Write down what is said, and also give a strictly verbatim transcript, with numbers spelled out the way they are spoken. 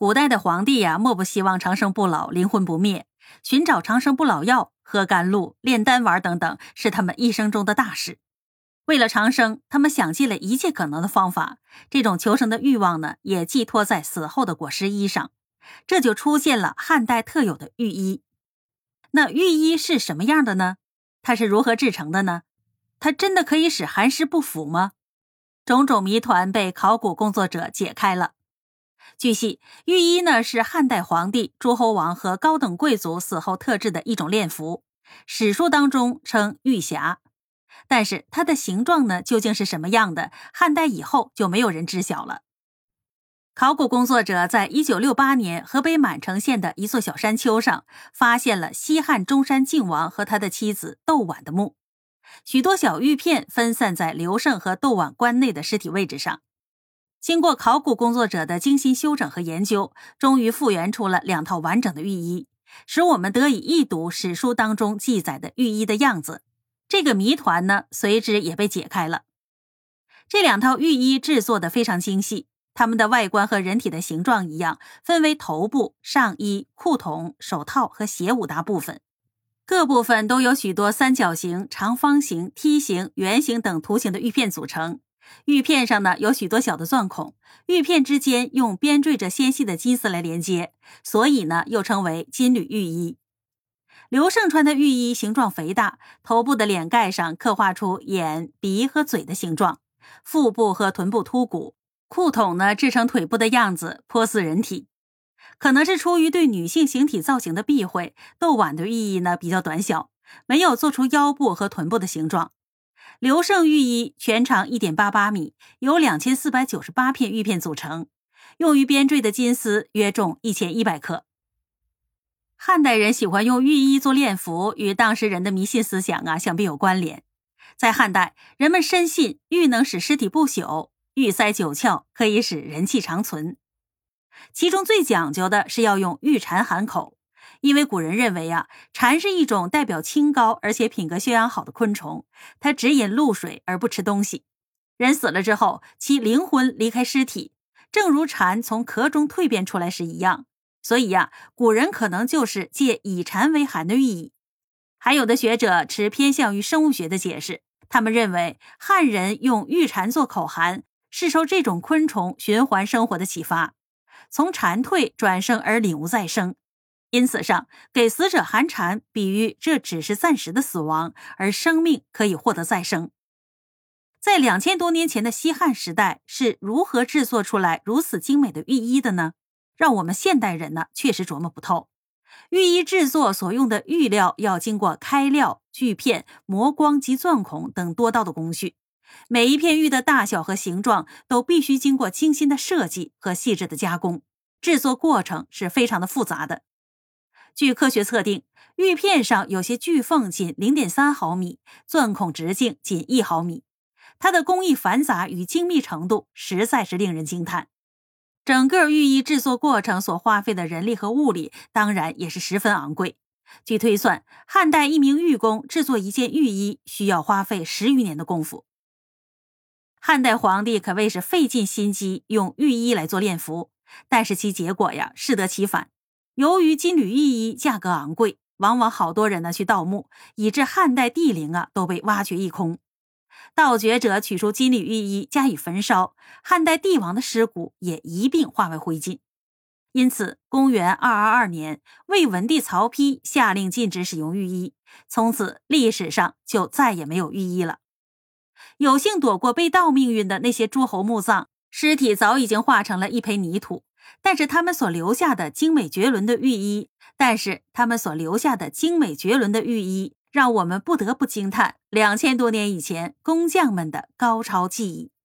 古代的皇帝呀、莫不希望长生不老、灵魂不灭，寻找长生不老药、喝甘露、炼丹丸等等，是他们一生中的大事。为了长生，他们想尽了一切可能的方法，这种求生的欲望呢，也寄托在死后的裹尸衣上，这就出现了汉代特有的浴衣。那浴衣是什么样的呢？它是如何制成的呢？它真的可以使寒湿不腐吗？种种谜团被考古工作者解开了。据悉，浴衣呢是汉代皇帝、诸侯王和高等贵族死后特制的一种殓服，史书当中称浴匣。但是它的形状呢究竟是什么样的，汉代以后就没有人知晓了。考古工作者在一九六八年河北满城县的一座小山丘上发现了西汉中山靖王和他的妻子窦婉的墓，许多小玉片分散在刘胜和窦婉棺内的尸体位置上。经过考古工作者的精心修整和研究，终于复原出了两套完整的浴衣，使我们得以一睹史书当中记载的浴衣的样子。这个谜团呢，随之也被解开了。这两套浴衣制作得非常精细，它们的外观和人体的形状一样，分为头部、上衣、裤筒、手套和鞋五大部分。各部分都有许多三角形、长方形、梯形、圆形等图形的玉片组成。玉片上呢有许多小的钻孔，玉片之间用编缀着纤细的金丝来连接，所以呢又称为金缕玉衣。刘胜穿的浴衣形状肥大，头部的脸盖上刻画出眼、鼻和嘴的形状，腹部和臀部凸骨，裤筒呢制成腿部的样子，颇似人体。可能是出于对女性形体造型的避讳，窦婉的浴衣呢比较短小，没有做出腰部和臀部的形状。刘胜浴衣全长 一点八八米，由两千四百九十八片玉片组成，用于编缀的金丝约重一千一百克。汉代人喜欢用浴衣做殓服，与当时人的迷信思想啊想必有关联。在汉代，人们深信玉能使尸体不朽，玉塞九窍可以使人气长存。其中最讲究的是要用玉蝉含口，因为古人认为啊，蝉是一种代表清高而且品格修养好的昆虫，它只饮露水而不吃东西。人死了之后，其灵魂离开尸体，正如蝉从壳中蜕变出来时一样。所以呀、啊，古人可能就是借以蝉为寒的寓意。还有的学者持偏向于生物学的解释，他们认为汉人用玉蝉做口含，是受这种昆虫循环生活的启发，从蝉蜕转生而领悟再生。因此上给死者含蝉，比喻这只是暂时的死亡，而生命可以获得再生。在两千多年前的西汉时代，是如何制作出来如此精美的浴衣的呢？让我们现代人呢确实琢磨不透。浴衣制作所用的玉料要经过开料、锯片、磨光及钻孔等多道的工序，每一片玉的大小和形状都必须经过精心的设计和细致的加工，制作过程是非常的复杂的。据科学测定，玉片上有些锯缝仅 零点三毫米，钻孔直径仅一毫米，它的工艺繁杂与精密程度实在是令人惊叹。整个浴衣制作过程所花费的人力和物力当然也是十分昂贵。据推算，汉代一名玉工制作一件浴衣需要花费十余年的功夫。汉代皇帝可谓是费尽心机用浴衣来做殓服，但是其结果呀适得其反。由于金缕浴衣价格昂贵，往往好多人呢去盗墓，以致汉代帝陵啊都被挖掘一空。盗掘者取出金缕玉衣加以焚烧，汉代帝王的尸骨也一并化为灰烬。因此公元二二二年，魏文帝曹丕下令禁止使用浴衣，从此历史上就再也没有浴衣了。有幸躲过被盗命运的那些诸侯墓葬，尸体早已经化成了一抔泥土，但是他们所留下的精美绝伦的浴衣但是他们所留下的精美绝伦的浴衣让我们不得不惊叹两千多年以前工匠们的高超技艺。